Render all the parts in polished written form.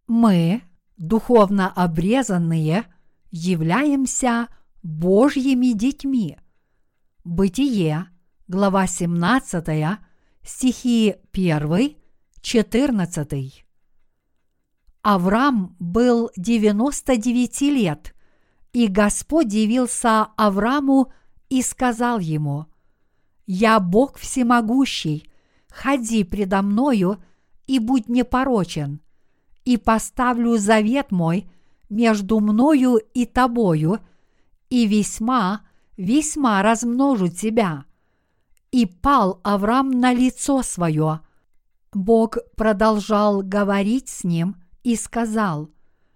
Мы, духовно обрезанные, являемся Божьими детьми. Бытие, глава 17, стихи 1, 14. Авраам был 99 лет, и Господь явился Аврааму и сказал ему: «Я Бог всемогущий, ходи предо мною и будь непорочен, и поставлю завет мой между мною и тобою, и весьма, весьма размножу тебя». И пал Авраам на лицо свое. Бог продолжал говорить с ним и сказал: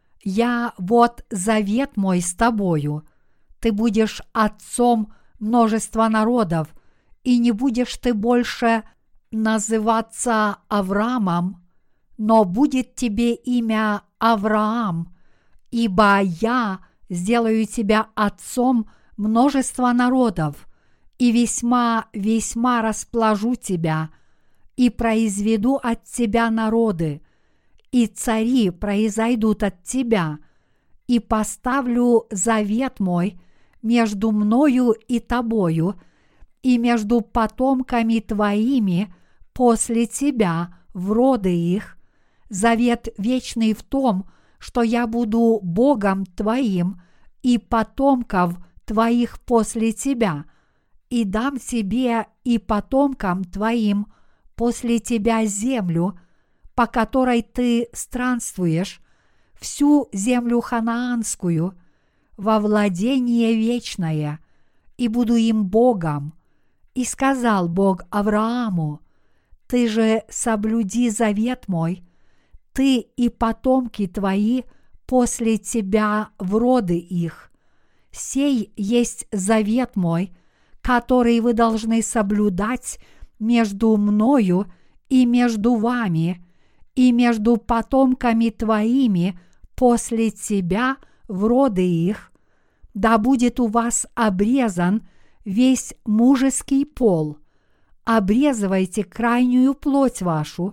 «Я вот завет мой с тобою, ты будешь отцом множества народов, и не будешь ты больше называться Авраамом, но будет тебе имя Авраам, ибо я сделаю тебя отцом множества народов, и весьма, весьма расплажу тебя, и произведу от тебя народы, и цари произойдут от тебя, и поставлю завет мой между мною и тобою, и между потомками твоими после тебя в роды их, завет вечный в том, что я буду Богом твоим и потомков твоих после тебя, и дам тебе и потомкам твоим после тебя землю, по которой ты странствуешь, всю землю ханаанскую, во владение вечное, и буду им Богом». И сказал Бог Аврааму: «Ты же соблюди завет мой, ты и потомки твои после тебя в роды их. Сей есть завет мой, который вы должны соблюдать между мною и между вами, и между потомками твоими после тебя в роды их, да будет у вас обрезан весь мужеский пол. Обрезывайте крайнюю плоть вашу,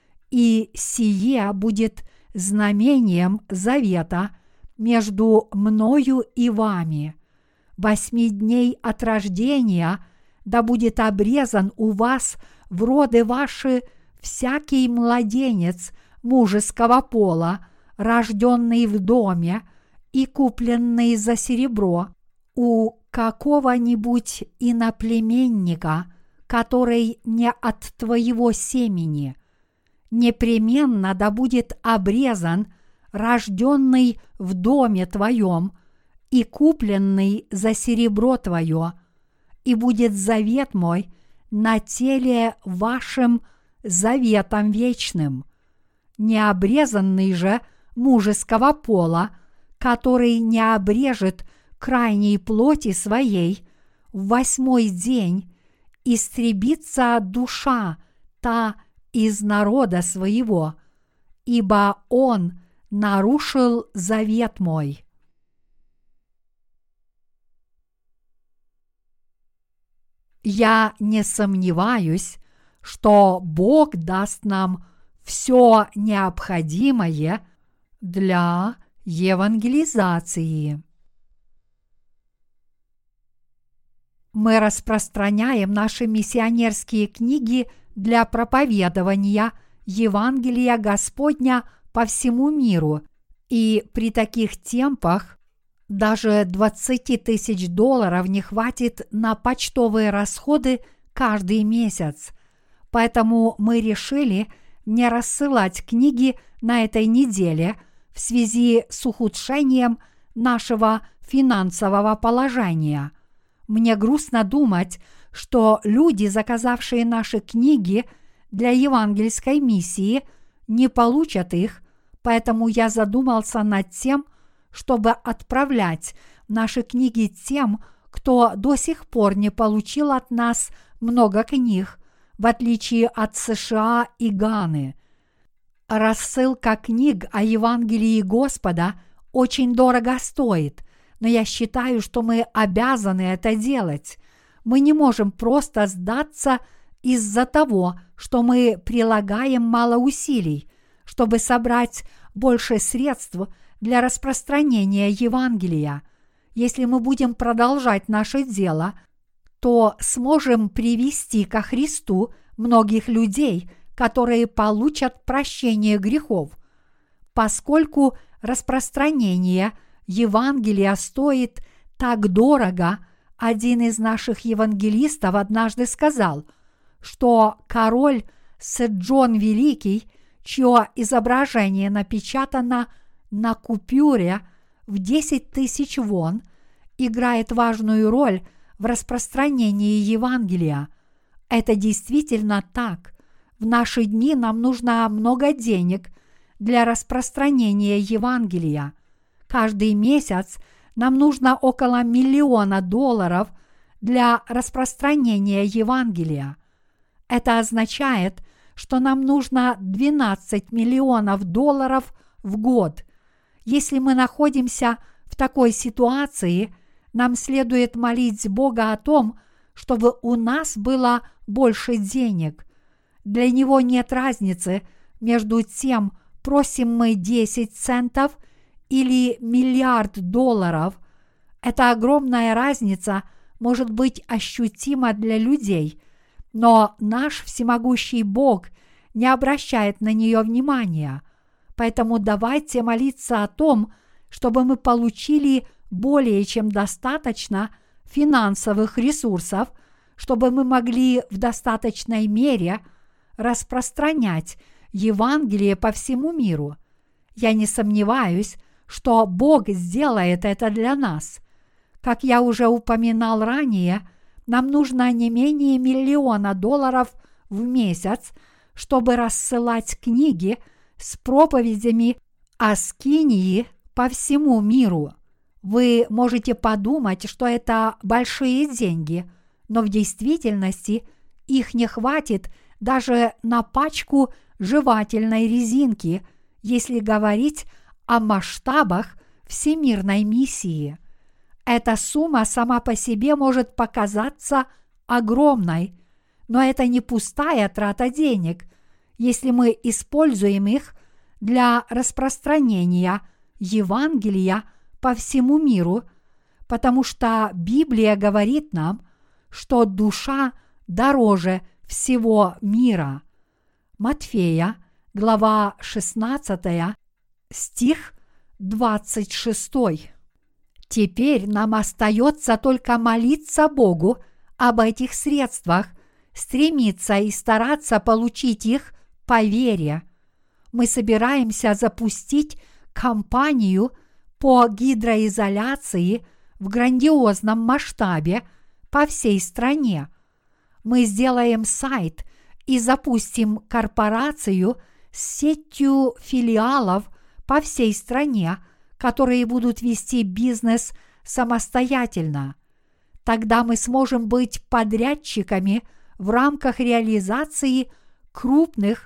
и сие будет знамением завета между мною и вами. 8 дней от рождения да будет обрезан у вас в роды ваши всякий младенец мужеского пола, рожденный в доме и купленный за серебро у какого-нибудь иноплеменника, который не от твоего семени. Непременно да будет обрезан рожденный в доме твоем и купленный за серебро твое, и будет завет мой на теле вашим заветом вечным. Необрезанный же мужеского пола, который не обрежет крайней плоти своей, в 8 день истребится душа та из народа своего, ибо он нарушил завет мой». Я не сомневаюсь, что Бог даст нам все необходимое для евангелизации. Мы распространяем наши миссионерские книги для проповедования Евангелия Господня по всему миру, и при таких темпах даже $20,000 не хватит на почтовые расходы каждый месяц. Поэтому мы решили не рассылать книги на этой неделе в связи с ухудшением нашего финансового положения. Мне грустно думать, что люди, заказавшие наши книги для евангельской миссии, не получат их, поэтому я задумался над тем, чтобы отправлять наши книги тем, кто до сих пор не получил от нас много книг, в отличие от США и Ганы. Рассылка книг о Евангелии Господа очень дорого стоит, но я считаю, что мы обязаны это делать. Мы не можем просто сдаться из-за того, что мы прилагаем мало усилий, чтобы собрать больше средств для распространения Евангелия. Если мы будем продолжать наше дело, то сможем привести ко Христу многих людей, которые получат прощение грехов. Поскольку распространение Евангелия стоит так дорого, один из наших евангелистов однажды сказал, что король Седжон Великий, чье изображение напечатано на купюре в 10 тысяч вон, играет важную роль в распространении Евангелия. Это действительно так. В наши дни нам нужно много денег для распространения Евангелия. Каждый месяц нам нужно около $1 миллиона для распространения Евангелия. Это означает, что нам нужно $12 миллионов в год. Если мы находимся в такой ситуации, нам следует молить Бога о том, чтобы у нас было больше денег. Для Него нет разницы между тем, просим мы 10 центов или $1 миллиард. Эта огромная разница может быть ощутима для людей, но наш всемогущий Бог не обращает на нее внимания. Поэтому давайте молиться о том, чтобы мы получили более чем достаточно финансовых ресурсов, чтобы мы могли в достаточной мере распространять Евангелие по всему миру. Я не сомневаюсь, что Бог сделает это для нас. Как я уже упоминал ранее, нам нужно не менее $1 миллиона в месяц, чтобы рассылать книги с проповедями о скинии по всему миру. Вы можете подумать, что это большие деньги, но в действительности их не хватит даже на пачку жевательной резинки, если говорить о масштабах всемирной миссии. Эта сумма сама по себе может показаться огромной, но это не пустая трата денег, если мы используем их для распространения Евангелия по всему миру, потому что Библия говорит нам, что душа дороже всего мира. Матфея, глава 16, стих 26. Теперь нам остается только молиться Богу об этих средствах, стремиться и стараться получить их по вере. Мы собираемся запустить кампанию по гидроизоляции в грандиозном масштабе по всей стране. Мы сделаем сайт и запустим корпорацию с сетью филиалов по всей стране, которые будут вести бизнес самостоятельно. Тогда мы сможем быть подрядчиками в рамках реализации крупных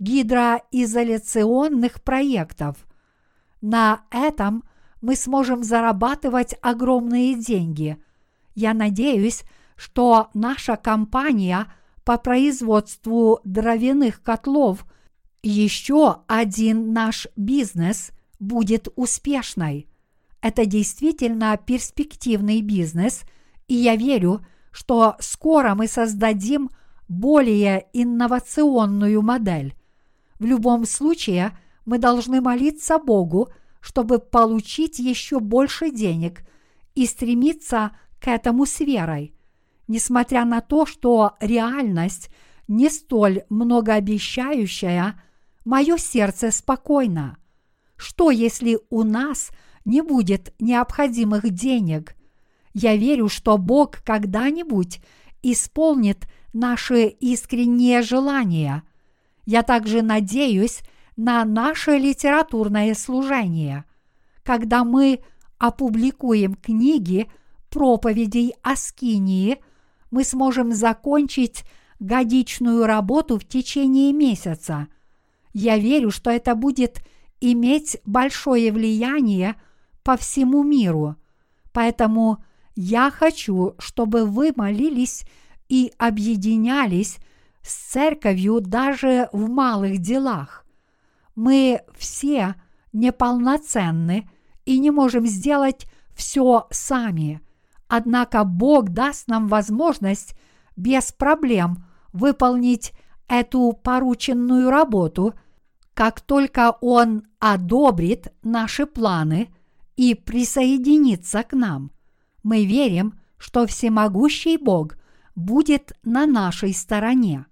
гидроизоляционных проектов. На этом мы сможем зарабатывать огромные деньги. Я надеюсь, что наша компания по производству дровяных котлов, еще один наш бизнес, будет успешной. Это действительно перспективный бизнес, и я верю, что скоро мы создадим более инновационную модель. В любом случае, мы должны молиться Богу, чтобы получить еще больше денег и стремиться к этому с верой. Несмотря на то, что реальность не столь многообещающая, мое сердце спокойно. Что, если у нас не будет необходимых денег? Я верю, что Бог когда-нибудь исполнит наши искренние желания. Я также надеюсь на наше литературное служение. Когда мы опубликуем книги проповедей о скинии, мы сможем закончить годичную работу в течение месяца. Я верю, что это будет иметь большое влияние по всему миру. Поэтому я хочу, чтобы вы молились и объединялись с церковью даже в малых делах. Мы все неполноценны и не можем сделать все сами. Однако Бог даст нам возможность без проблем выполнить эту порученную работу, как только Он одобрит наши планы и присоединится к нам. Мы верим, что всемогущий Бог будет на нашей стороне.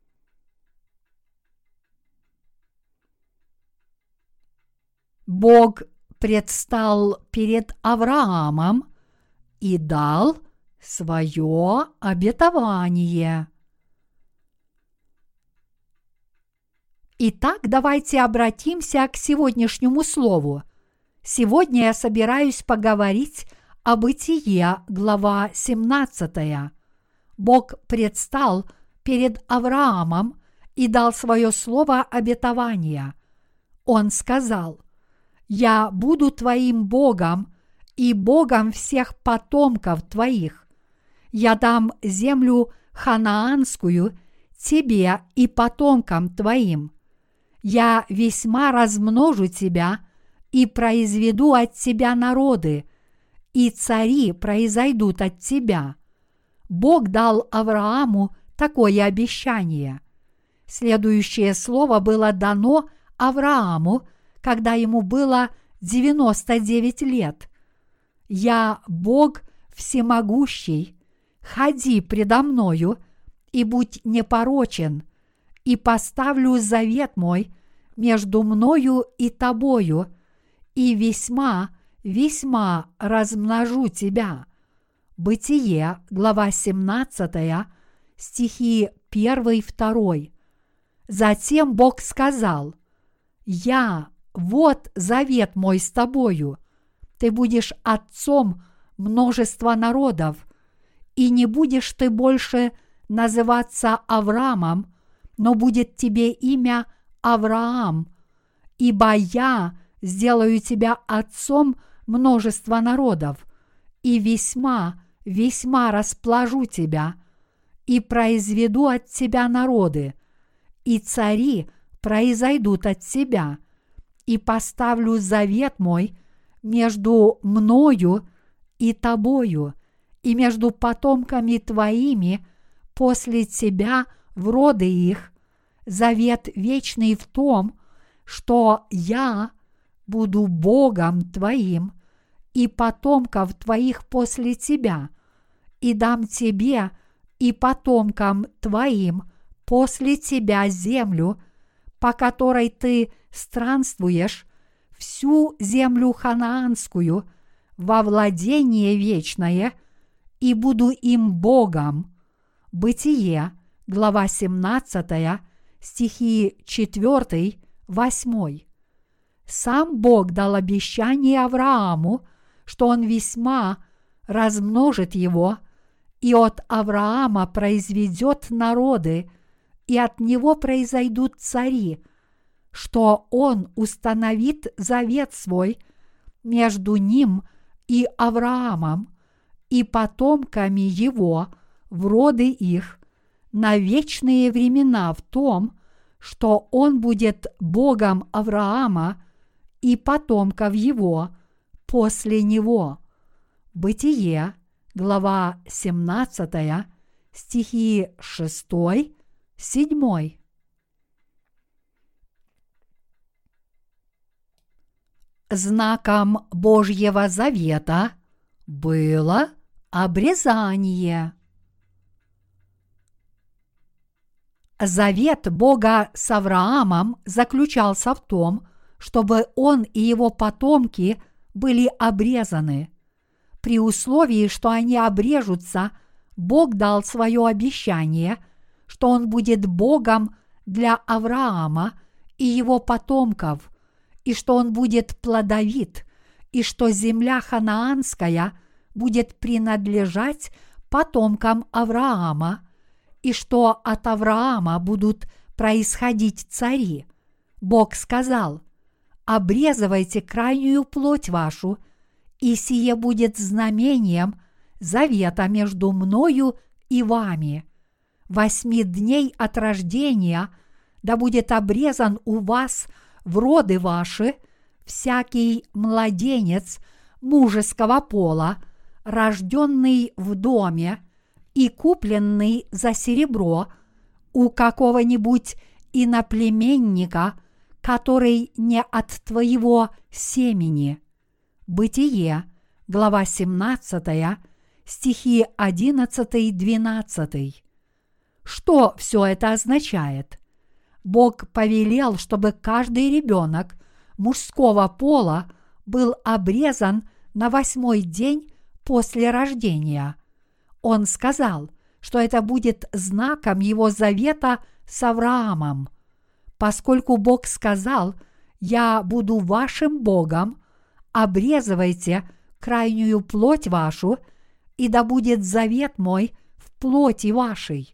Бог предстал перед Авраамом и дал свое обетование. Итак, давайте обратимся к сегодняшнему слову. Сегодня я собираюсь поговорить о Бытие, глава 17. Бог предстал перед Авраамом и дал свое слово обетования. Он сказал: «Я буду твоим Богом и Богом всех потомков твоих. Я дам землю ханаанскую тебе и потомкам твоим. Я весьма размножу тебя и произведу от тебя народы, и цари произойдут от тебя». Бог дал Аврааму такое обещание. Следующее слово было дано Аврааму, когда ему было 99 лет. «Я Бог всемогущий, ходи предо мною и будь непорочен, и поставлю завет мой между мною и тобою, и весьма, весьма размножу тебя». Бытие, глава 17, стихи 1-2. Затем Бог сказал: «Вот завет мой с тобою, ты будешь отцом множества народов, и не будешь ты больше называться Авраамом, но будет тебе имя Авраам, ибо я сделаю тебя отцом множества народов, и весьма, весьма расплажу тебя, и произведу от тебя народы, и цари произойдут от тебя, и поставлю завет мой между мною и тобою, и между потомками твоими после тебя в роды их, завет вечный в том, что я буду Богом твоим и потомков твоих после тебя, и дам тебе и потомкам твоим после тебя землю, по которой ты странствуешь, всю землю ханаанскую, во владение вечное, и буду им Богом». Бытие, глава 17, стихи 4-8. Сам Бог дал обещание Аврааму, что он весьма размножит его, и от Авраама произведет народы, и от него произойдут цари, что он установит завет свой между ним и Авраамом и потомками его в роды их на вечные времена в том, что он будет Богом Авраама и потомков его после него. Бытие, глава 17, стихи 6-7. Знаком Божьего завета было обрезание. Завет Бога с Авраамом заключался в том, чтобы он и его потомки были обрезаны. При условии, что они обрежутся, Бог дал свое обещание, что он будет Богом для Авраама и его потомков, и что он будет плодовит, и что земля ханаанская будет принадлежать потомкам Авраама, и что от Авраама будут происходить цари. Бог сказал: «Обрезывайте крайнюю плоть вашу, и сие будет знамением завета между мною и вами. 8 дней от рождения да будет обрезан у вас в роды ваши всякий младенец мужеского пола, рожденный в доме и купленный за серебро у какого-нибудь иноплеменника, который не от твоего семени». Бытие, глава 17, стихи 11-12. Что все это означает? Бог повелел, чтобы каждый ребенок мужского пола был обрезан на 8-й день после рождения. Он сказал, что это будет знаком его завета с Авраамом. Поскольку Бог сказал: «Я буду вашим Богом», обрезывайте крайнюю плоть вашу, и да будет завет мой в плоти вашей.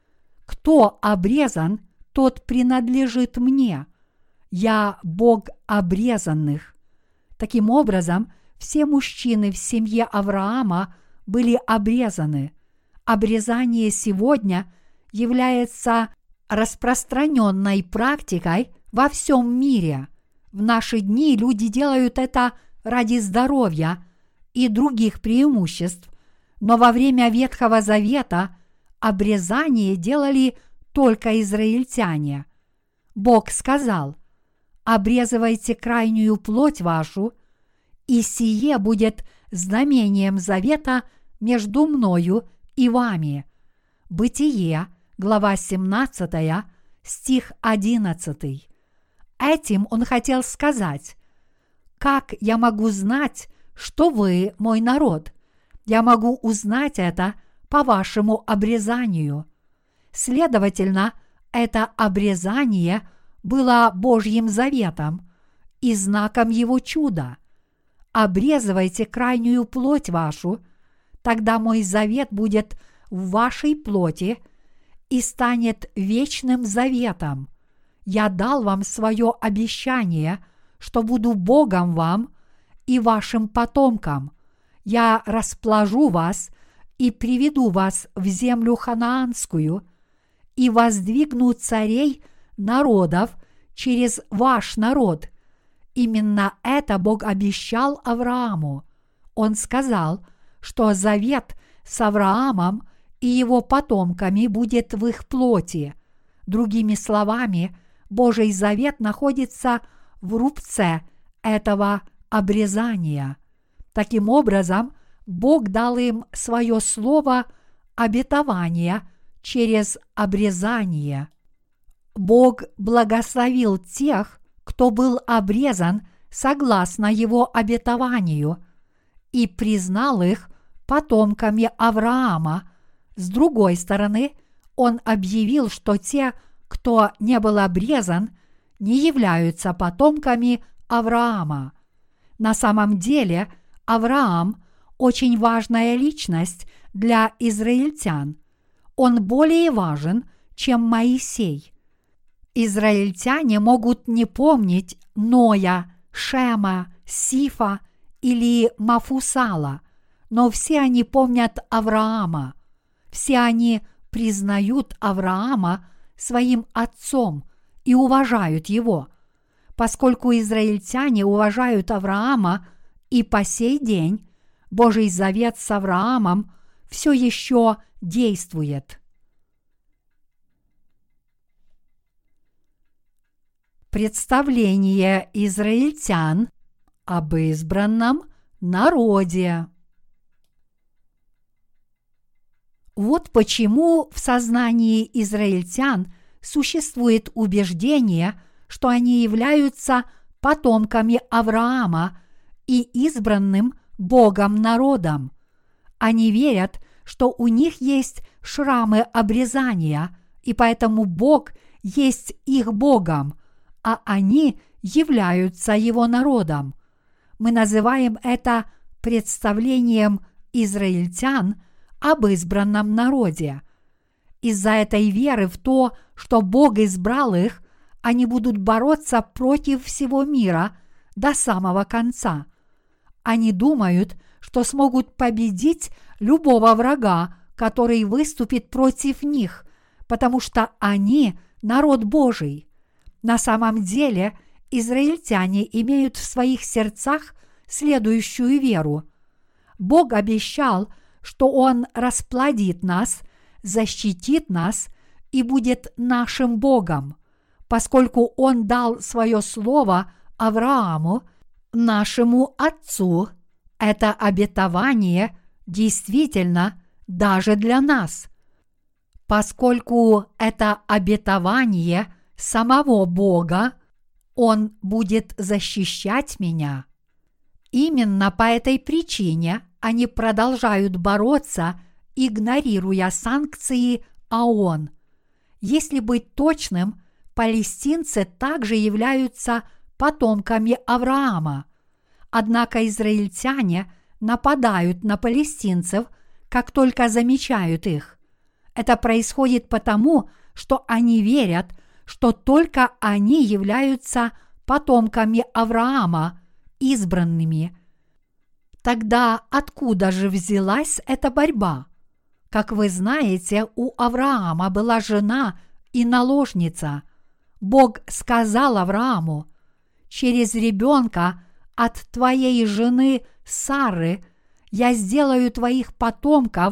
Кто обрезан, тот принадлежит мне. Я Бог обрезанных. Таким образом, все мужчины в семье Авраама были обрезаны. Обрезание сегодня является распространенной практикой во всем мире. В наши дни люди делают это ради здоровья и других преимуществ, но во время Ветхого Завета обрезание делали только израильтяне. Бог сказал: «Обрезывайте крайнюю плоть вашу, и сие будет знамением завета между мною и вами». Бытие, глава 17, стих 11. Этим он хотел сказать: «Как я могу знать, что вы мой народ? Я могу узнать это по вашему обрезанию». Следовательно, это обрезание было Божьим заветом и знаком его чуда. «Обрезывайте крайнюю плоть вашу, тогда мой завет будет в вашей плоти и станет вечным заветом. Я дал вам свое обещание, что буду Богом вам и вашим потомкам. Я расположу вас и приведу вас в землю ханаанскую и воздвигну царей народов через ваш народ». Именно это Бог обещал Аврааму. Он сказал, что завет с Авраамом и его потомками будет в их плоти. Другими словами, Божий завет находится в рубце этого обрезания. Таким образом, Бог дал им свое слово обетования через обрезание. Бог благословил тех, кто был обрезан согласно его обетованию, и признал их потомками Авраама. С другой стороны, он объявил, что те, кто не был обрезан, не являются потомками Авраама. На самом деле, Авраам – очень важная личность для израильтян. Он более важен, чем Моисей. Израильтяне могут не помнить Ноя, Шема, Сифа или Мафусала, но все они помнят Авраама. Все они признают Авраама своим отцом и уважают его. Поскольку израильтяне уважают Авраама и по сей день, Божий завет с Авраамом все еще действует. Представление израильтян об избранном народе. Вот почему в сознании израильтян существует убеждение, что они являются потомками Авраама и избранным Богом народом. Они верят, что у них есть шрамы обрезания, и поэтому Бог есть их Богом, а они являются его народом. Мы называем это представлением израильтян об избранном народе. Из-за этой веры в то, что Бог избрал их, они будут бороться против всего мира до самого конца. Они думают, что смогут победить любого врага, который выступит против них, потому что они народ Божий. На самом деле израильтяне имеют в своих сердцах следующую веру. Бог обещал, что Он расплодит нас, защитит нас и будет нашим Богом, поскольку Он дал свое слово Аврааму, нашему отцу. Это обетование действительно даже для нас. Поскольку это обетование самого Бога, Он будет защищать меня. Именно по этой причине они продолжают бороться, игнорируя санкции ООН. Если быть точным, палестинцы также являются потомками Авраама. Однако израильтяне нападают на палестинцев, как только замечают их. Это происходит потому, что они верят, что только они являются потомками Авраама, избранными. Тогда откуда же взялась эта борьба? Как вы знаете, у Авраама была жена и наложница. Бог сказал Аврааму: «Через ребенка от твоей жены Сары я сделаю твоих потомков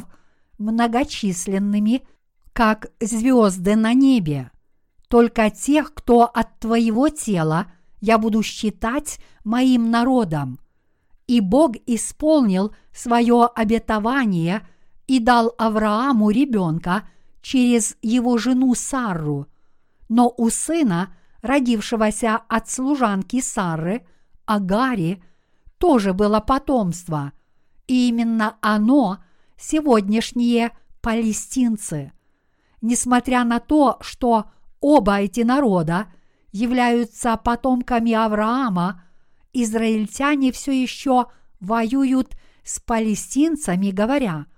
многочисленными, как звезды на небе. Только тех, кто от твоего тела, я буду считать моим народом». И Бог исполнил свое обетование и дал Аврааму ребенка через его жену Сарру. Но у сына, родившегося от служанки Сарры, Агари, тоже было потомство, и именно оно – сегодняшние палестинцы. Несмотря на то, что оба эти народа являются потомками Авраама, израильтяне все еще воюют с палестинцами, говоря: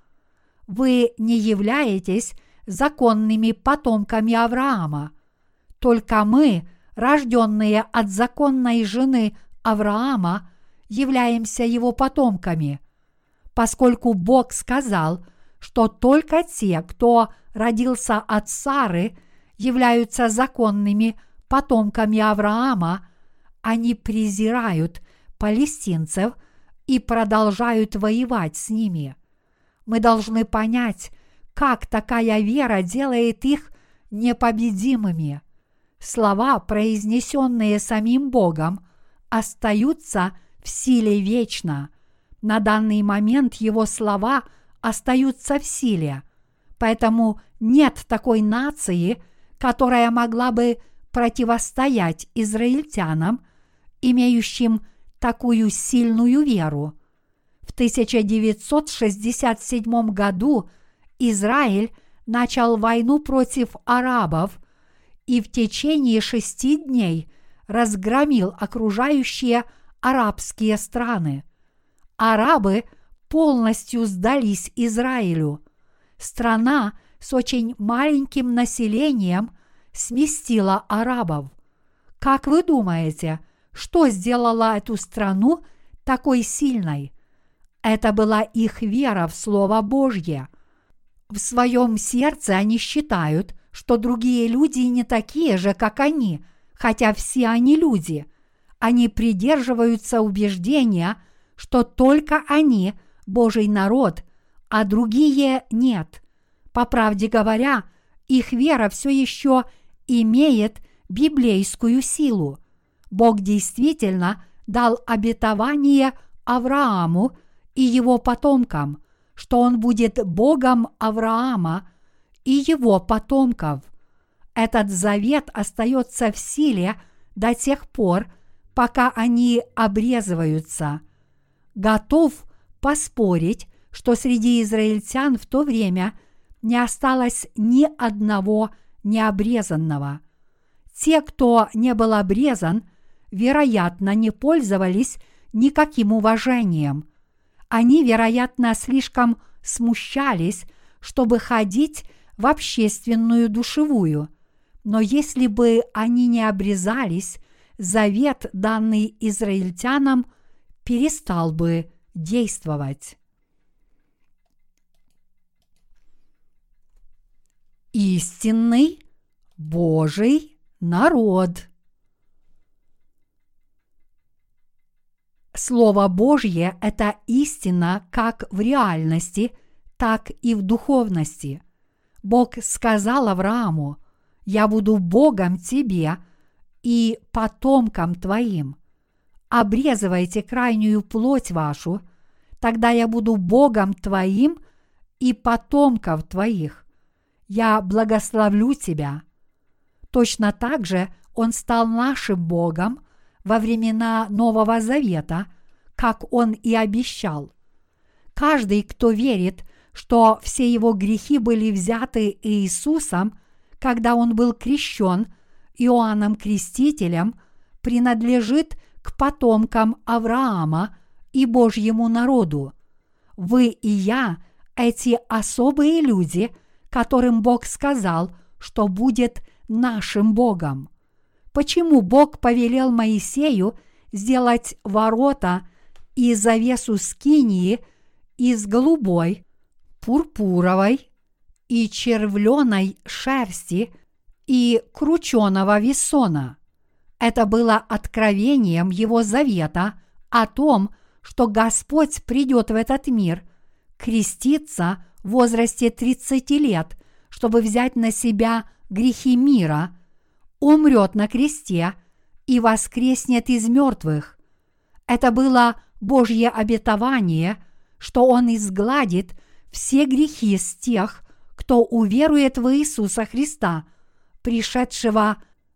«Вы не являетесь законными потомками Авраама. Только мы, рожденные от законной жены Авраама, являемся его потомками, поскольку Бог сказал, что только те, кто родился от Сары, являются законными потомками Авраама. Они презирают палестинцев и продолжают воевать с ними. Мы должны понять, как такая вера делает их непобедимыми. Слова, произнесенные самим Богом, остаются в силе вечно. На данный момент Его слова остаются в силе, поэтому нет такой нации, которая могла бы противостоять израильтянам, имеющим такую сильную веру. В 1967 году Израиль начал войну против арабов и в течение 6 дней разгромил окружающие арабские страны. Арабы полностью сдались Израилю. Страна с очень маленьким населением сместила арабов. Как вы думаете, что сделало эту страну такой сильной? Это была их вера в Слово Божье. В своем сердце они считают, что другие люди не такие же, как они, хотя все они люди. Они придерживаются убеждения, что только они – Божий народ, а другие – нет. По правде говоря, их вера все еще имеет библейскую силу. Бог действительно дал обетование Аврааму и его потомкам, что он будет Богом Авраама и его потомков. Этот завет остается в силе до тех пор, пока они обрезываются. Готов поспорить, что среди израильтян в то время не осталось ни одного необрезанного. Те, кто не был обрезан, вероятно, не пользовались никаким уважением. Они, вероятно, слишком смущались, чтобы ходить в общественную душевую. Но если бы они не обрезались, завет, данный израильтянам, перестал бы действовать. Истинный Божий народ. Слово Божье – это истина как в реальности, так и в духовности. Бог сказал Аврааму: «Я буду Богом тебе и потомкам твоим. Обрезывайте крайнюю плоть вашу, тогда я буду Богом твоим и потомков твоих. Я благословлю тебя». Точно так же Он стал нашим Богом во времена Нового Завета, как Он и обещал. Каждый, кто верит, что все его грехи были взяты Иисусом, когда Он был крещен Иоанном Крестителем, принадлежит к потомкам Авраама и Божьему народу. Вы и я – эти особые люди, которым Бог сказал, что будет нашим Богом. Почему Бог повелел Моисею сделать ворота и завесу скинии из голубой, пурпуровой и червленой шерсти и крученого весона? Это было откровением Его завета о том, что Господь придет в этот мир, креститься в возрасте 30 лет, чтобы взять на себя грехи мира, умрет на кресте и воскреснет из мертвых. Это было Божье обетование, что Он изгладит все грехи с тех, кто уверует в Иисуса Христа, пришедшего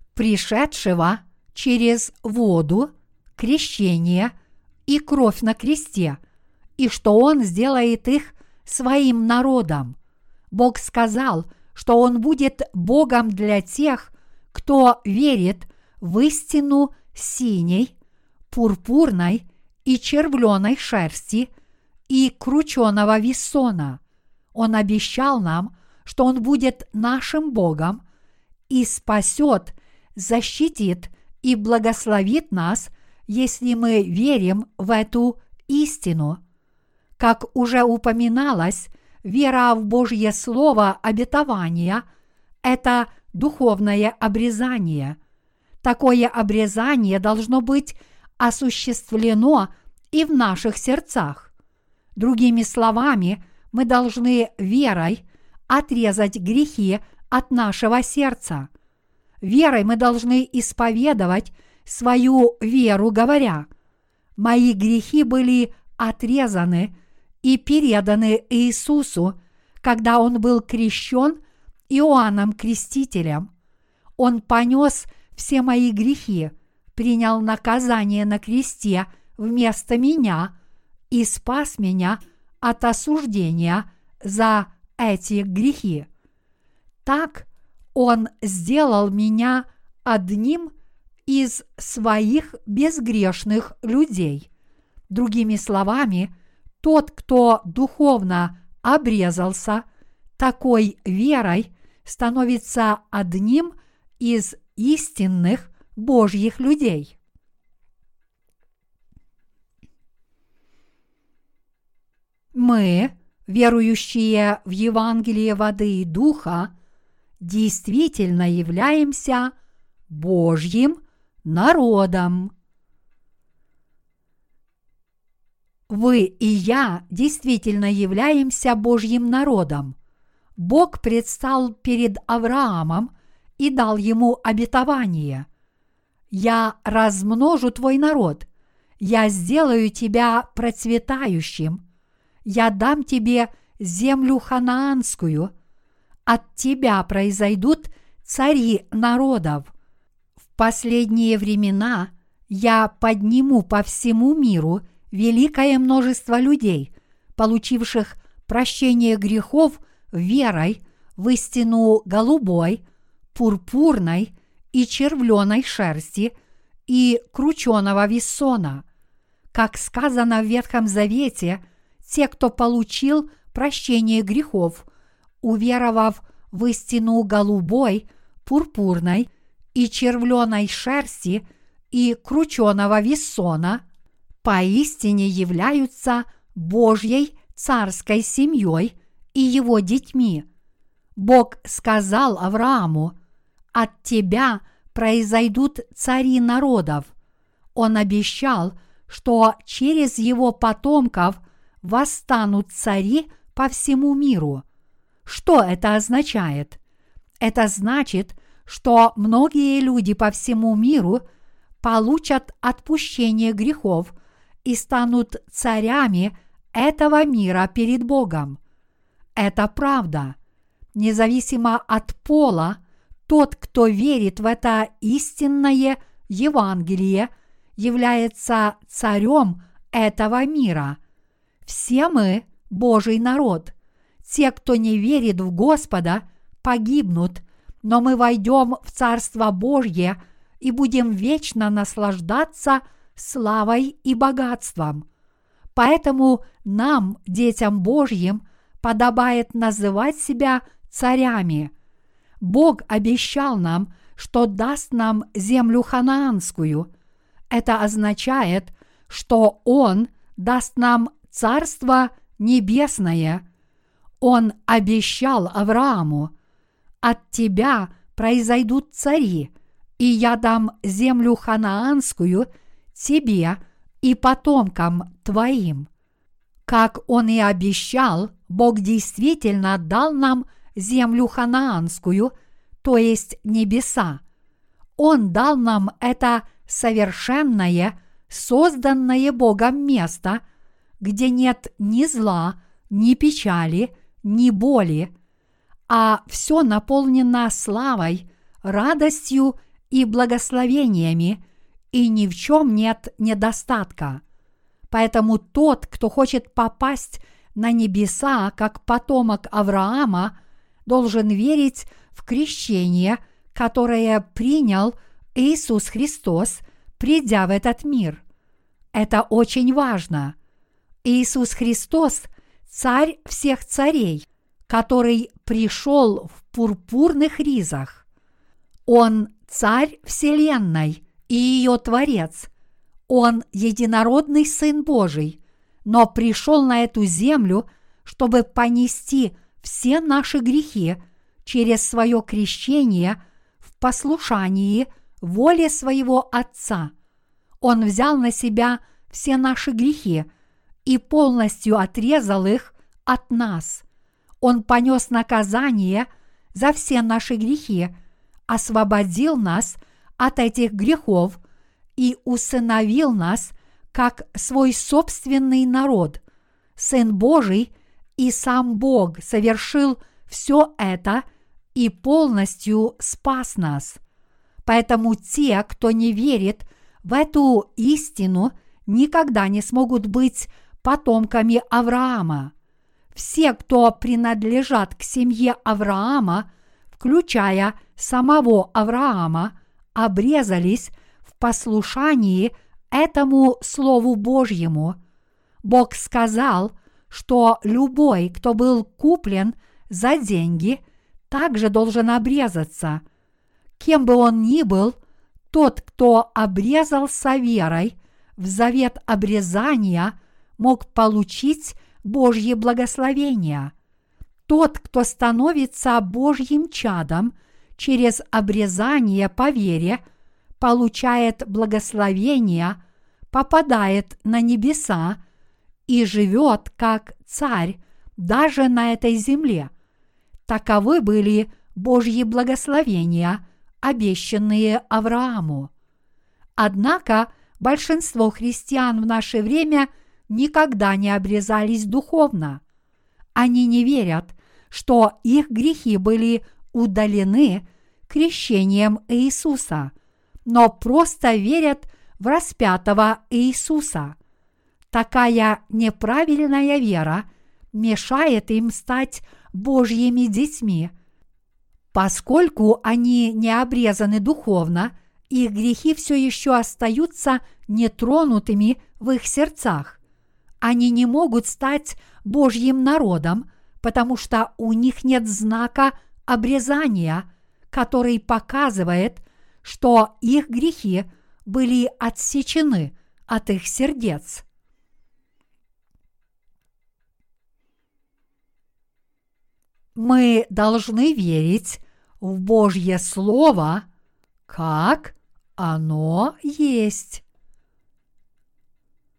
через воду, крещение и кровь на кресте, и что Он сделает их своим народом. Бог сказал, что Он будет Богом для тех, кто верит в истину синей, пурпурной и червленой шерсти и крученого весона. Он обещал нам, что Он будет нашим Богом и спасет, защитит и благословит нас, если мы верим в эту истину. Как уже упоминалось, вера в Божье Слово обетования – это духовное обрезание. Такое обрезание должно быть осуществлено и в наших сердцах. Другими словами, мы должны верой отрезать грехи от нашего сердца. Верой мы должны исповедовать свою веру, говоря: «Мои грехи были отрезаны и переданы Иисусу, когда Он был крещен Иоанном Крестителем. Он понес все мои грехи, принял наказание на кресте вместо меня и спас меня от осуждения за эти грехи. Так Он сделал меня одним из своих безгрешных людей». Другими словами, тот, кто духовно обрезался, такой верой становится одним из истинных Божьих людей. Мы, верующие в Евангелие воды и духа, действительно являемся Божьим народом. Вы и я действительно являемся Божьим народом. Бог предстал перед Авраамом и дал ему обетование: «Я размножу твой народ, я сделаю тебя процветающим, я дам тебе землю ханаанскую, от тебя произойдут цари народов. В последние времена я подниму по всему миру великое множество людей, получивших прощение грехов верой в истину голубой, пурпурной и червленой шерсти и крученого весона. Как сказано в Ветхом Завете, те, кто получил прощение грехов, уверовав в истину голубой, пурпурной и червленой шерсти и крученого весона, поистине являются Божьей царской семьей и его детьми. Бог сказал Аврааму: «От тебя произойдут цари народов». Он обещал, что через его потомков восстанут цари по всему миру. Что это означает? Это значит, что многие люди по всему миру получат отпущение грехов и станут царями этого мира перед Богом. Это правда. Независимо от пола, тот, кто верит в это истинное Евангелие, является царем этого мира. Все мы – Божий народ. Те, кто не верит в Господа, погибнут, но мы войдем в Царство Божье и будем вечно наслаждаться славой и богатством. Поэтому нам, детям Божьим, подобает называть себя царями. Бог обещал нам, что даст нам землю ханаанскую. Это означает, что Он даст нам Царство Небесное. Он обещал Аврааму: «От тебя произойдут цари, и я дам землю ханаанскую тебе и потомкам твоим». Как Он и обещал, Бог действительно дал нам землю ханаанскую, то есть небеса. Он дал нам это совершенное, созданное Богом место, где нет ни зла, ни печали, ни боли, а все наполнено славой, радостью и благословениями, и ни в чем нет недостатка. Поэтому тот, кто хочет попасть на небеса как потомок Авраама, должен верить в крещение, которое принял Иисус Христос, придя в этот мир. Это очень важно. Иисус Христос – царь всех царей, который пришел в пурпурных ризах. Он царь вселенной и ее Творец. Он единородный Сын Божий, но пришел на эту землю, чтобы понести все наши грехи через свое крещение в послушании воле своего Отца. Он взял на себя все наши грехи и полностью отрезал их от нас. Он понес наказание за все наши грехи, освободил нас от этих грехов и усыновил нас как свой собственный народ. Сын Божий и сам Бог совершил все это и полностью спас нас. Поэтому те, кто не верит в эту истину, никогда не смогут быть потомками Авраама. Все, кто принадлежат к семье Авраама, включая самого Авраама, обрезались в послушании этому Слову Божьему. Бог сказал, что любой, кто был куплен за деньги, также должен обрезаться. Кем бы он ни был, тот, кто обрезался верой в завет обрезания, мог получить Божье благословение. Тот, кто становится Божьим чадом через обрезание по вере, получает благословение, попадает на небеса и живет как царь даже на этой земле. Таковы были Божьи благословения, обещанные Аврааму. Однако большинство христиан в наше время никогда не обрезались духовно. Они не верят, что их грехи были удалены крещением Иисуса, но просто верят в распятого Иисуса. Такая неправильная вера мешает им стать Божьими детьми. Поскольку они не обрезаны духовно, их грехи все еще остаются нетронутыми в их сердцах. Они не могут стать Божьим народом, потому что у них нет знака обрезания, который показывает, что их грехи были отсечены от их сердец. Мы должны верить в Божье Слово, как оно есть.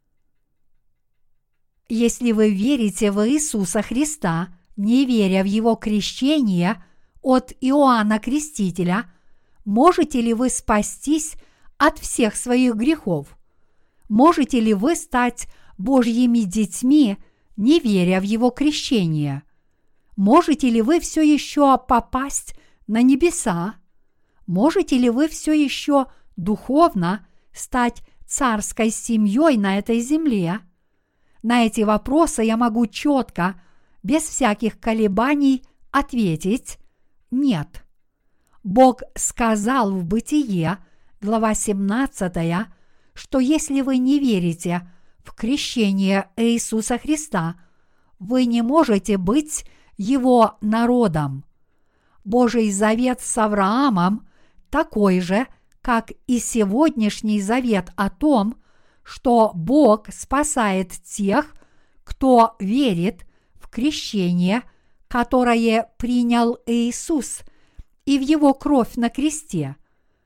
Если вы верите в Иисуса Христа, не веря в Его крещение от Иоанна Крестителя, можете ли вы спастись от всех своих грехов? Можете ли вы стать Божьими детьми, не веря в Его крещение? Можете ли вы все еще попасть на небеса? Можете ли вы все еще духовно стать царской семьей на этой земле? На эти вопросы я могу четко, без всяких колебаний, ответить «нет». Бог сказал в Бытие, глава 17, что если вы не верите в крещение Иисуса Христа, вы не можете быть Его народом. Божий завет с Авраамом такой же, как и сегодняшний завет о том, что Бог спасает тех, кто верит в крещение, которое принял Иисус, и в Его кровь на кресте.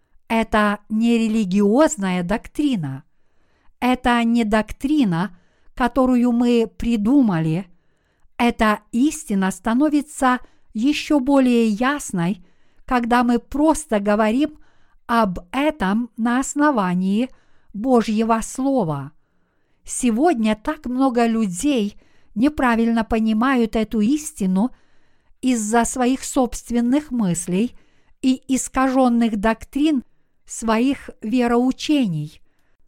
Это не религиозная доктрина. Это не доктрина, которую мы придумали. Эта истина становится еще более ясной, когда мы просто говорим об этом на основании Божьего Слова. Сегодня так много людей неправильно понимают эту истину из-за своих собственных мыслей и искаженных доктрин своих вероучений.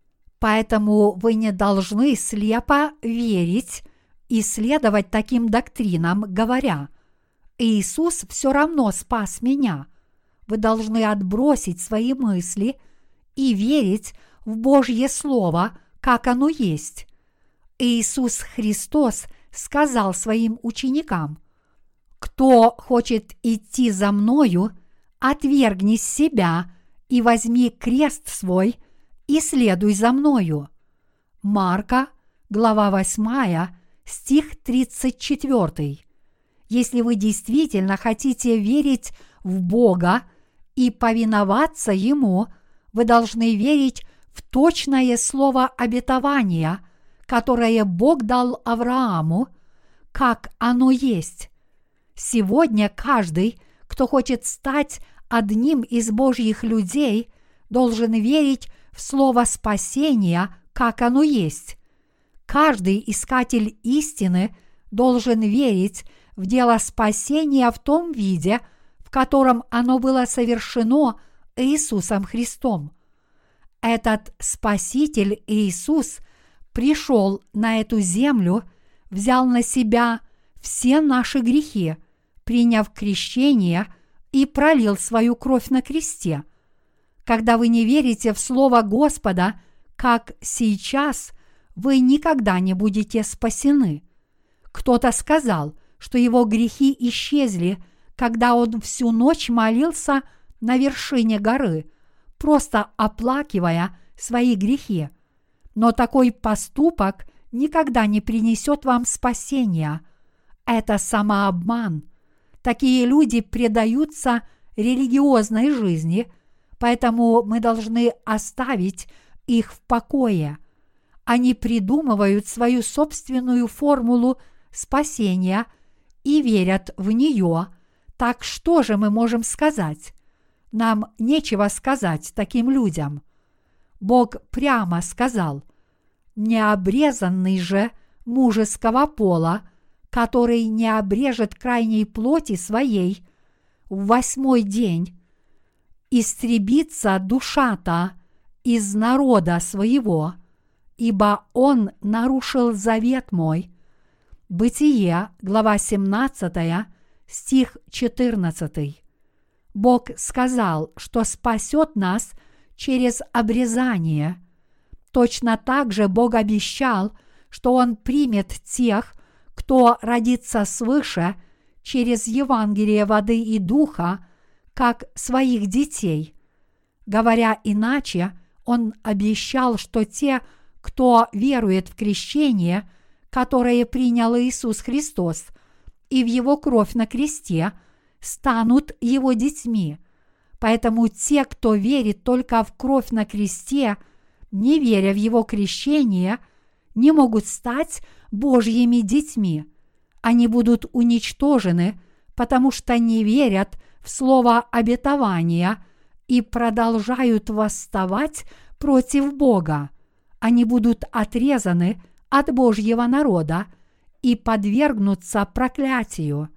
Поэтому вы не должны слепо верить и следовать таким доктринам, говоря: «Иисус все равно спас меня». Вы должны отбросить свои мысли и верить в Божье Слово, как оно есть. Иисус Христос сказал своим ученикам: «Кто хочет идти за Мною, отвергни себя и возьми крест свой и следуй за Мною». Марка, глава 8, стих 34. Если вы действительно хотите верить в Бога и повиноваться Ему, вы должны верить в точное слово обетования, которое Бог дал Аврааму, как оно есть. Сегодня каждый, кто хочет стать одним из Божьих людей, должен верить в слово спасения, как оно есть. Каждый искатель истины должен верить в дело спасения в том виде, в котором оно было совершено Иисусом Христом. Этот Спаситель Иисус пришел на эту землю, взял на себя все наши грехи, приняв крещение и пролил свою кровь на кресте. Когда вы не верите в Слово Господа, как сейчас, вы никогда не будете спасены. Кто-то сказал, что его грехи исчезли, когда он всю ночь молился на вершине горы, просто оплакивая свои грехи. Но такой поступок никогда не принесет вам спасения. Это самообман. Такие люди предаются религиозной жизни, поэтому мы должны оставить их в покое. Они придумывают свою собственную формулу спасения и верят в нее. Так что же мы можем сказать? Нам нечего сказать таким людям. Бог прямо сказал: «Необрезанный же мужеского пола, который не обрежет крайней плоти своей, в 8-й день истребится душа-то из народа своего, ибо он нарушил завет мой». Бытие, глава 17, стих 14. Бог сказал, что спасет нас через обрезание. Точно так же Бог обещал, что Он примет тех, кто родится свыше через Евангелие воды и духа, как своих детей. Говоря иначе, Он обещал, что те, кто верует в крещение, которое принял Иисус Христос, и в Его кровь на кресте, станут Его детьми. Поэтому те, кто верит только в кровь на кресте, не веря в Его крещение, не могут стать Божьими детьми. Они будут уничтожены, потому что не верят в слово обетования и продолжают восставать против Бога. Они будут отрезаны от Божьего народа и подвергнутся проклятию.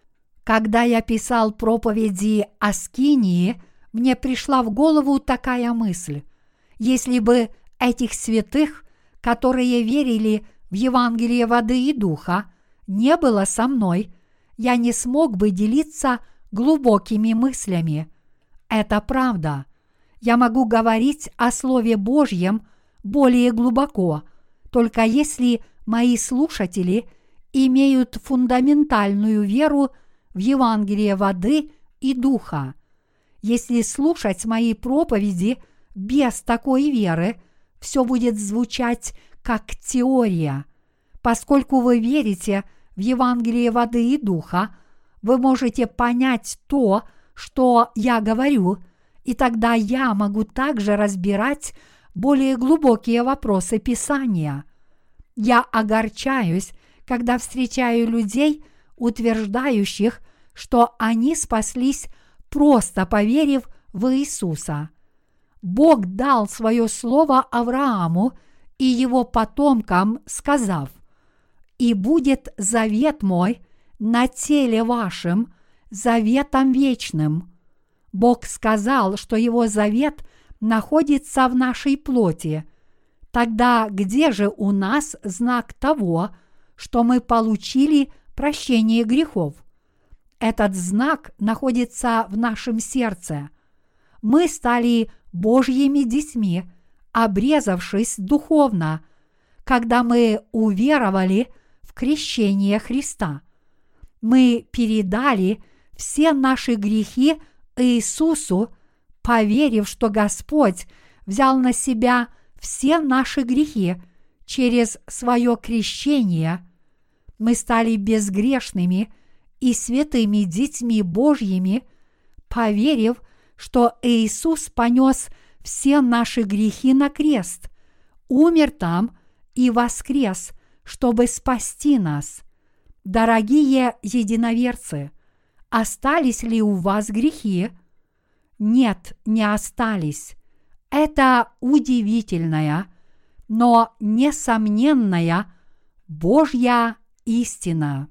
Когда я писал проповеди о Скинии, мне пришла в голову такая мысль: если бы этих святых, которые верили в Евангелие воды и духа, не было со мной, я не смог бы делиться глубокими мыслями. Это правда. Я могу говорить о Слове Божьем более глубоко, только если мои слушатели имеют фундаментальную веру в Евангелие воды и духа. Если слушать мои проповеди без такой веры, все будет звучать как теория. Поскольку вы верите в Евангелие воды и духа, вы можете понять то, что я говорю, и тогда я могу также разбирать более глубокие вопросы Писания. Я огорчаюсь, когда встречаю людей, утверждающих, что они спаслись, просто поверив в Иисуса. Бог дал свое слово Аврааму и его потомкам, сказав: «И будет завет мой на теле вашем, заветом вечным». Бог сказал, что его завет находится в нашей плоти. Тогда где же у нас знак того, что мы получили прощение грехов? Этот знак находится в нашем сердце. Мы стали Божьими детьми, обрезавшись духовно, когда мы уверовали в крещение Христа. Мы передали все наши грехи Иисусу, поверив, что Господь взял на себя все наши грехи через свое крещение. Мы стали безгрешными и святыми детьми Божьими, поверив, что Иисус понес все наши грехи на крест, умер там и воскрес, чтобы спасти нас. Дорогие единоверцы, остались ли у вас грехи? Нет, не остались. Это удивительная, но несомненная Божья истина.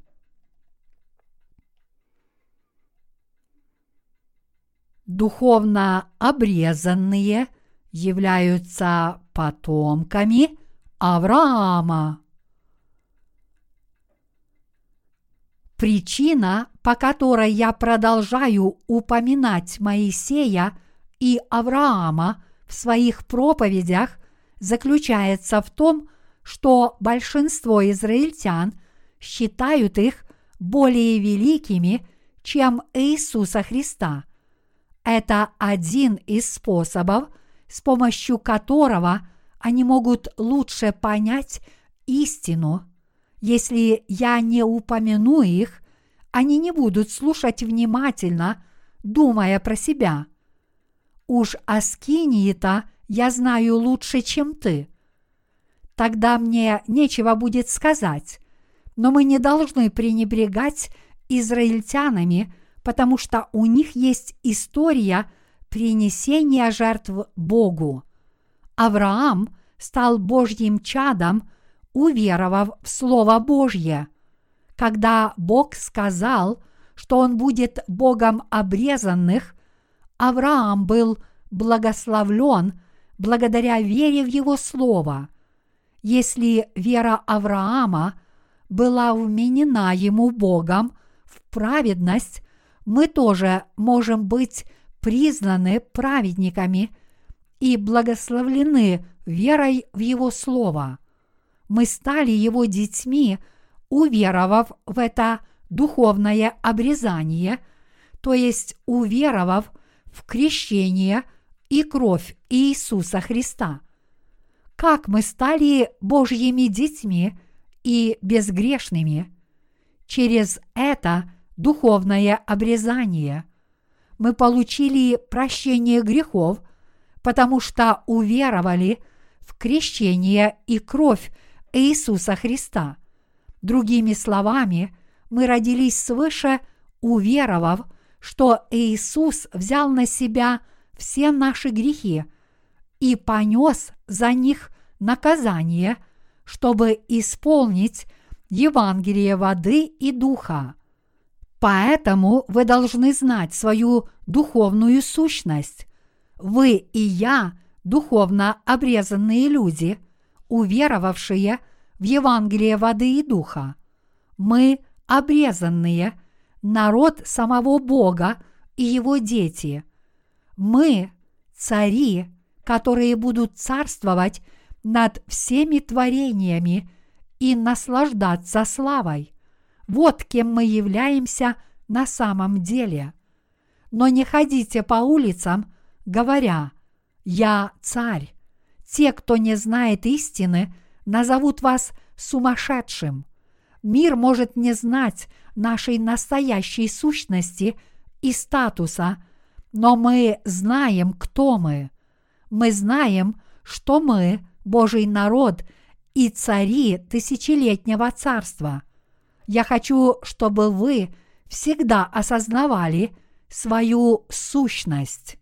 Духовно обрезанные являются потомками Авраама. Причина, по которой я продолжаю упоминать Моисея и Авраама в своих проповедях, заключается в том, что большинство израильтян считают их более великими, чем Иисуса Христа. Это один из способов, с помощью которого они могут лучше понять истину. Если я не упомяну их, они не будут слушать внимательно, думая про себя. Уж о Скинии-то я знаю лучше, чем ты. Тогда мне нечего будет сказать, но мы не должны пренебрегать израильтянами, потому что у них есть история принесения жертв Богу. Авраам стал Божьим чадом, уверовав в Слово Божье. Когда Бог сказал, что Он будет Богом обрезанных, Авраам был благословлен благодаря вере в Его Слово. Если вера Авраама была вменена ему Богом в праведность, мы тоже можем быть признаны праведниками и благословлены верой в Его Слово. Мы стали Его детьми, уверовав в это духовное обрезание, то есть уверовав в крещение и кровь Иисуса Христа. Как мы стали Божьими детьми и безгрешными? Через это духовное обрезание мы получили прощение грехов, потому что уверовали в крещение и кровь Иисуса Христа. Другими словами, мы родились свыше, уверовав, что Иисус взял на себя все наши грехи и понес за них наказание, чтобы исполнить Евангелие воды и духа. Поэтому вы должны знать свою духовную сущность. Вы и я – духовно обрезанные люди, уверовавшие в Евангелие воды и духа. Мы обрезанные, народ самого Бога и Его дети. Мы – цари, которые будут царствовать над всеми творениями и наслаждаться славой. Вот кем мы являемся на самом деле. Но не ходите по улицам, говоря: «Я царь». Те, кто не знает истины, назовут вас сумасшедшим. Мир может не знать нашей настоящей сущности и статуса, но мы знаем, кто мы. Мы знаем, что мы – Божий народ и цари тысячелетнего царства. Я хочу, чтобы вы всегда осознавали свою сущность.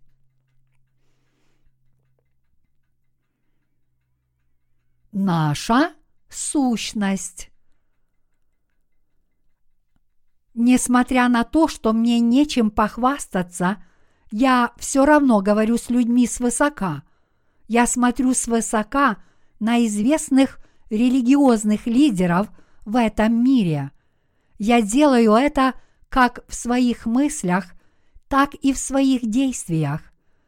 Наша сущность. Несмотря на то, что мне нечем похвастаться, я все равно говорю с людьми свысока. Я смотрю свысока на известных религиозных лидеров в этом мире. Я делаю это как в своих мыслях, так и в своих действиях.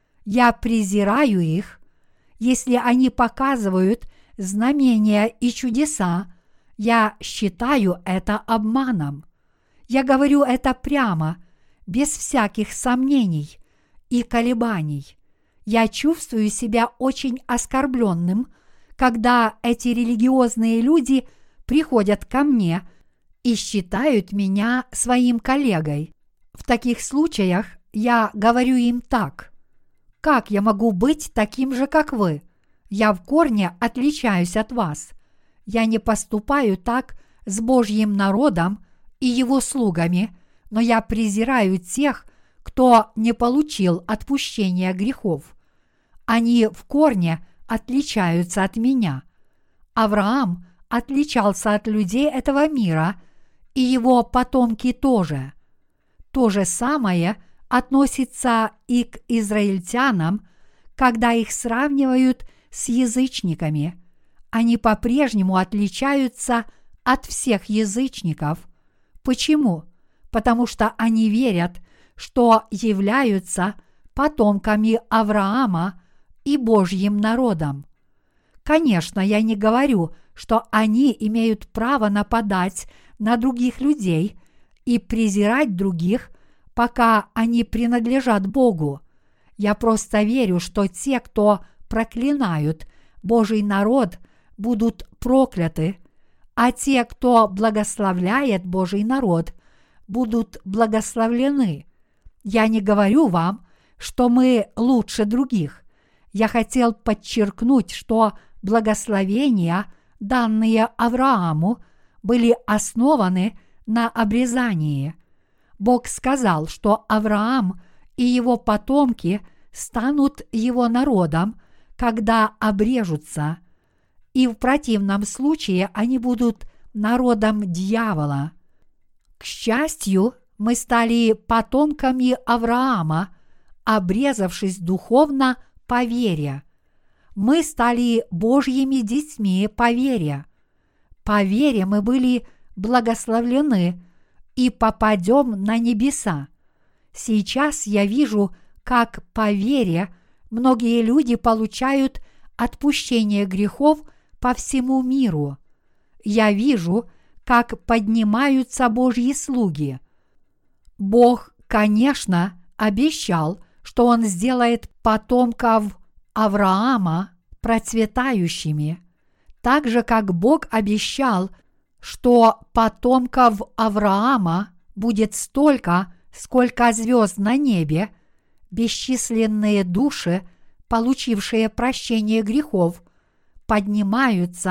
Я презираю их. Если они показывают знамения и чудеса, я считаю это обманом. Я говорю это прямо, без всяких сомнений и колебаний. Я чувствую себя очень оскорбленным, когда эти религиозные люди приходят ко мне и считают меня своим коллегой. В таких случаях я говорю им так: «Как я могу быть таким же, как вы? Я в корне отличаюсь от вас. Я не поступаю так с Божьим народом и его слугами, но я презираю тех, кто не получил отпущения грехов. Они в корне отличаются от меня. Авраам отличался от людей этого мира, и его потомки тоже. То же самое относится и к израильтянам, когда их сравнивают с язычниками. Они по-прежнему отличаются от всех язычников. Почему? Потому что они верят, что являются потомками Авраама и Божьим народом. Конечно, я не говорю, что они имеют право нападать на других людей и презирать других, пока они принадлежат Богу. Я просто верю, что те, кто проклинают Божий народ, будут прокляты, а те, кто благословляет Божий народ, будут благословлены. Я не говорю вам, что мы лучше других. Я хотел подчеркнуть, что благословения, данные Аврааму, были основаны на обрезании. Бог сказал, что Авраам и его потомки станут его народом, когда обрежутся, и в противном случае они будут народом дьявола. К счастью, мы стали потомками Авраама, обрезавшись духовно по вере. Мы стали Божьими детьми по вере. По вере мы были благословлены и попадем на небеса. Сейчас я вижу, как по вере многие люди получают отпущение грехов по всему миру. Я вижу, как поднимаются Божьи слуги. Бог, конечно, обещал, что Он сделает потомков Авраама процветающими, так же, как Бог обещал, что потомков Авраама будет столько, сколько звезд на небе, бесчисленные души, получившие прощение грехов, поднимаются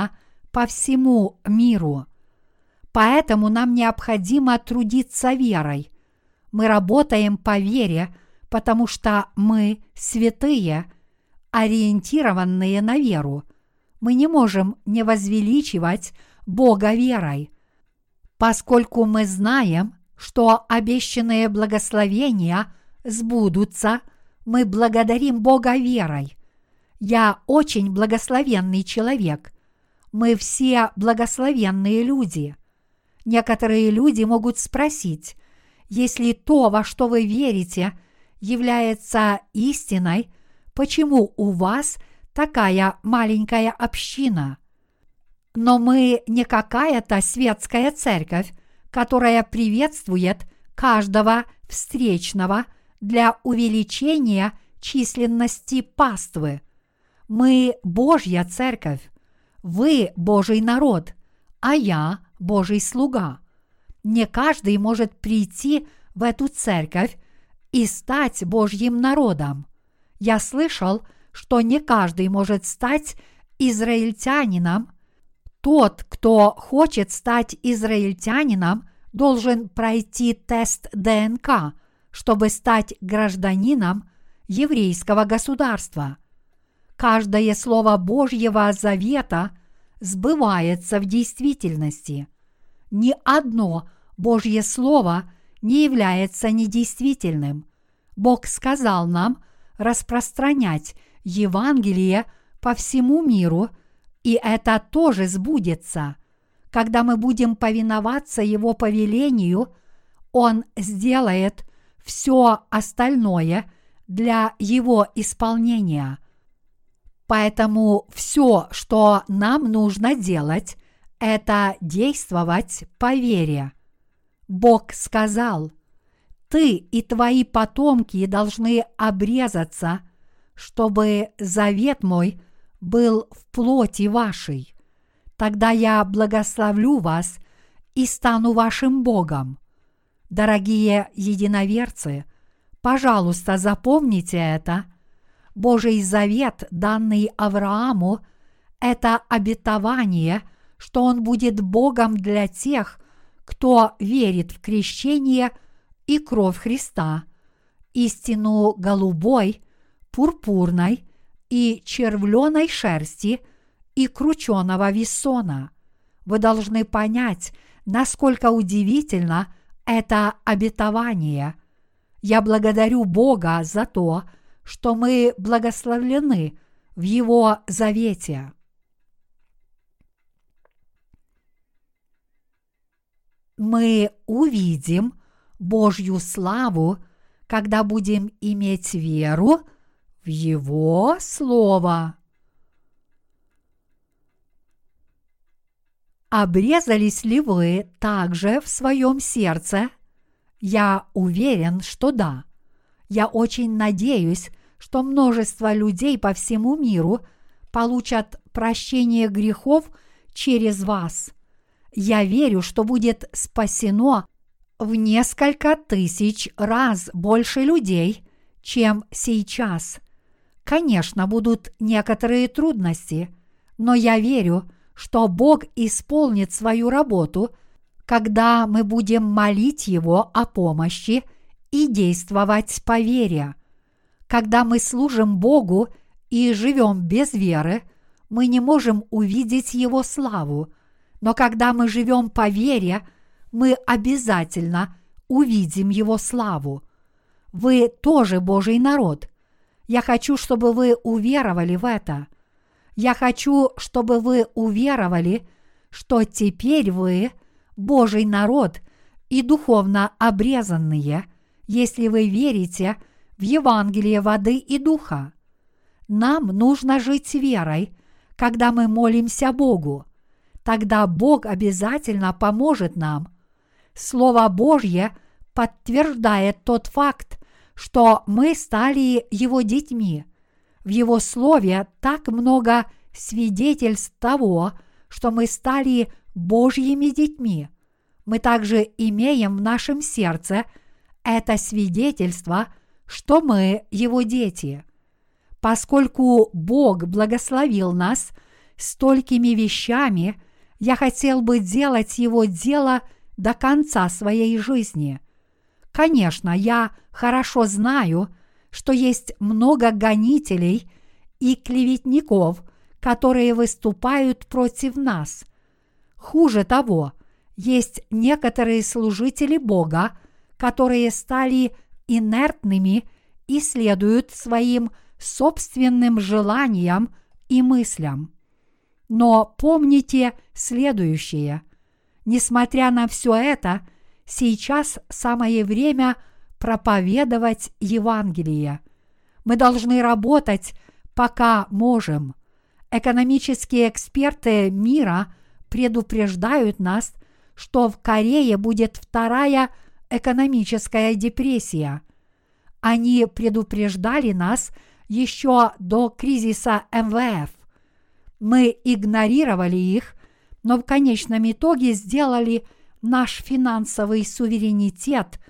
по всему миру. Поэтому нам необходимо трудиться верой. Мы работаем по вере, потому что мы святые, ориентированные на веру. Мы не можем не возвеличивать Бога верой, поскольку мы знаем, что обещанные благословения сбудутся, мы благодарим Бога верой. Я очень благословенный человек. Мы все благословенные люди. Некоторые люди могут спросить, если то, во что вы верите, является истиной, почему у вас такая маленькая община? Но мы не какая-то светская церковь, которая приветствует каждого встречного для увеличения численности паствы. Мы Божья церковь, вы Божий народ, а я Божий слуга. Не каждый может прийти в эту церковь и стать Божьим народом. Я слышал, что не каждый может стать израильтянином. Тот, кто хочет стать израильтянином, должен пройти тест ДНК, чтобы стать гражданином еврейского государства. Каждое слово Божьего завета сбывается в действительности. Ни одно Божье слово не является недействительным. Бог сказал нам распространять Евангелие по всему миру, и это тоже сбудется. Когда мы будем повиноваться Его повелению, Он сделает все остальное для Его исполнения. Поэтому все, что нам нужно делать, это действовать по вере. Бог сказал: «Ты и твои потомки должны обрезаться, чтобы завет мой был в плоти вашей. Тогда я благословлю вас и стану вашим Богом». Дорогие единоверцы, пожалуйста, запомните это. Божий завет, данный Аврааму, это обетование, что он будет Богом для тех, кто верит в крещение и кровь Христа, истину голубой, пурпурной и червленой шерсти и крученого весона. Вы должны понять, насколько удивительно это обетование. Я благодарю Бога за то, что мы благословлены в Его завете. Мы увидим Божью славу, когда будем иметь веру в Его Слово. Обрезались ли вы также в своем сердце? Я уверен, что да. Я очень надеюсь, что множество людей по всему миру получат прощение грехов через вас. Я верю, что будет спасено в несколько тысяч раз больше людей, чем сейчас. Конечно, будут некоторые трудности, но я верю, что Бог исполнит свою работу, когда мы будем молить Его о помощи и действовать по вере. Когда мы служим Богу и живем без веры, мы не можем увидеть Его славу, но когда мы живем по вере, мы обязательно увидим Его славу. Вы тоже Божий народ. Я хочу, чтобы вы уверовали в это. Я хочу, чтобы вы уверовали, что теперь вы Божий народ и духовно обрезанные, если вы верите в Евангелие воды и духа. Нам нужно жить верой, когда мы молимся Богу. Тогда Бог обязательно поможет нам. Слово Божье подтверждает тот факт, что мы стали Его детьми. В Его Слове так много свидетельств того, что мы стали Божьими детьми. Мы также имеем в нашем сердце это свидетельство, что мы Его дети. Поскольку Бог благословил нас столькими вещами, я хотел бы делать его дело до конца своей жизни. Конечно, я хорошо знаю, что есть много гонителей и клеветников, которые выступают против нас. Хуже того, есть некоторые служители Бога, которые стали инертными и следуют своим собственным желаниям и мыслям. Но помните следующее. Несмотря на все это, сейчас самое время проповедовать Евангелие. Мы должны работать, пока можем. Экономические эксперты мира предупреждают нас, что в Корее будет вторая экономическая депрессия. Они предупреждали нас еще до кризиса МВФ. Мы игнорировали их, но в конечном итоге сделали наш финансовый суверенитет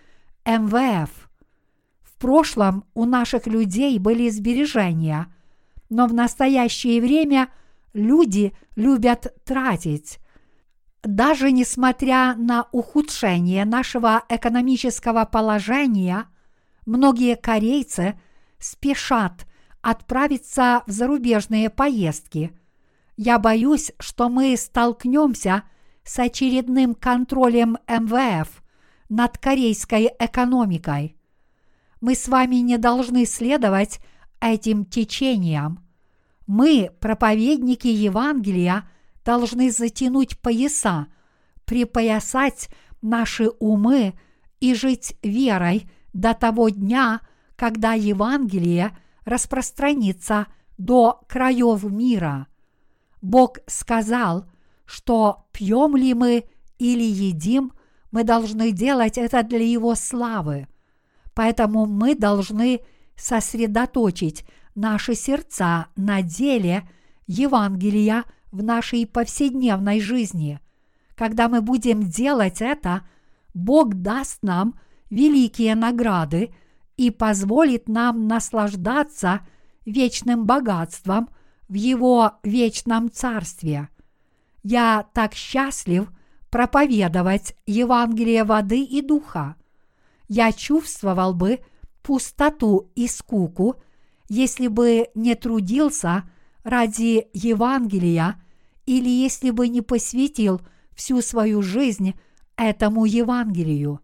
МВФ. В прошлом у наших людей были сбережения, но в настоящее время люди любят тратить. Даже несмотря на ухудшение нашего экономического положения, многие корейцы спешат отправиться в зарубежные поездки. Я боюсь, что мы столкнемся с очередным контролем МВФ над корейской экономикой. Мы с вами не должны следовать этим течениям. Мы, проповедники Евангелия, должны затянуть пояса, припоясать наши умы и жить верой до того дня, когда Евангелие распространится до краев мира. Бог сказал, что пьем ли мы или едим, мы должны делать это для Его славы. Поэтому мы должны сосредоточить наши сердца на деле Евангелия в нашей повседневной жизни. Когда мы будем делать это, Бог даст нам великие награды и позволит нам наслаждаться вечным богатством в Его вечном Царстве. Я так счастлив проповедовать Евангелие воды и духа. Я чувствовал бы пустоту и скуку, если бы не трудился ради Евангелия или если бы не посвятил всю свою жизнь этому Евангелию.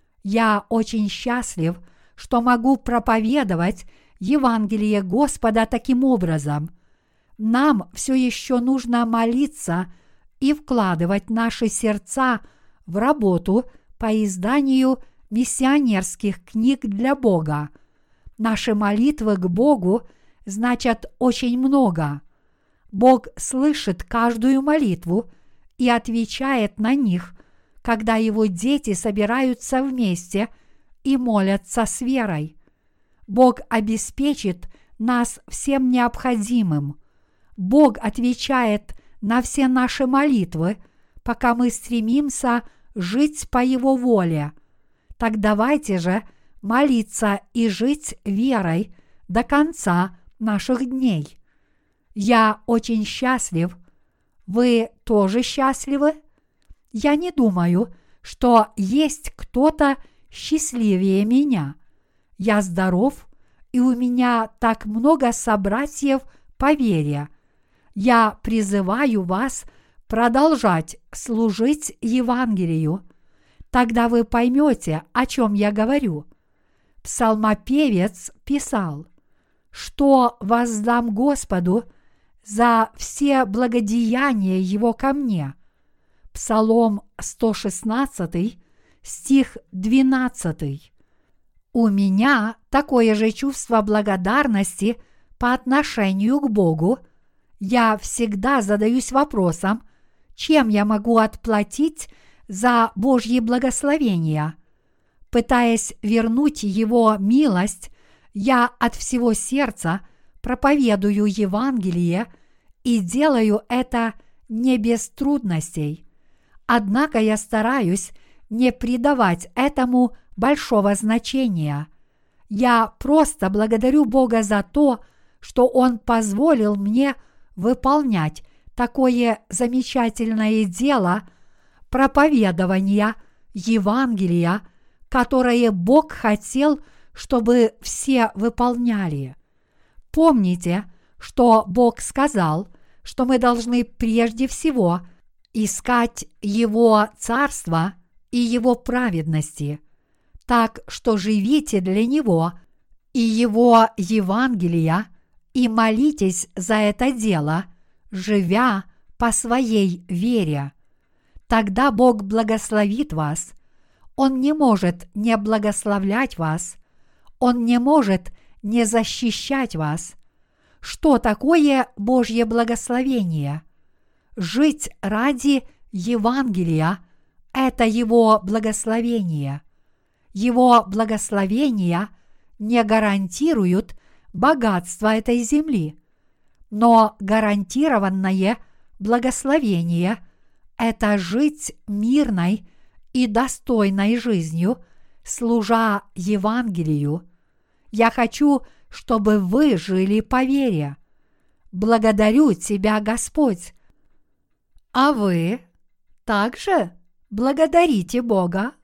Я очень счастлив, что могу проповедовать Евангелие Господа таким образом. Нам все еще нужно молиться и вкладывать наши сердца в работу по изданию миссионерских книг для Бога. Наши молитвы к Богу значат очень много. Бог слышит каждую молитву и отвечает на них, когда Его дети собираются вместе и молятся с верой. Бог обеспечит нас всем необходимым. Бог отвечает на все наши молитвы, пока мы стремимся жить по Его воле. Так давайте же молиться и жить верой до конца наших дней. Я очень счастлив. Вы тоже счастливы? Я не думаю, что есть кто-то счастливее меня. Я здоров, и у меня так много собратьев по вере. Я призываю вас продолжать служить Евангелию. Тогда вы поймете, о чем я говорю. Псалмопевец писал: «Что воздам Господу за все благодеяния Его ко мне?» Псалом 116, стих 12. У меня такое же чувство благодарности по отношению к Богу. Я всегда задаюсь вопросом, чем я могу отплатить за Божьи благословения. Пытаясь вернуть Его милость, я от всего сердца проповедую Евангелие и делаю это не без трудностей. Однако я стараюсь не придавать этому большого значения. Я просто благодарю Бога за то, что Он позволил мне выполнять такое замечательное дело проповедования Евангелия, которое Бог хотел, чтобы все выполняли. Помните, что Бог сказал, что мы должны прежде всего искать Его Царства и Его праведности, так что живите для Него и Его Евангелия и молитесь за это дело, живя по своей вере. Тогда Бог благословит вас. Он не может не благословлять вас. Он не может не защищать вас. Что такое Божье благословение? Жить ради Евангелия – это Его благословение. Его благословения не гарантируют богатство этой земли, но гарантированное благословение – это жить мирной и достойной жизнью, служа Евангелию. Я хочу, чтобы вы жили по вере. Благодарю Тебя, Господь. А вы также благодарите Бога?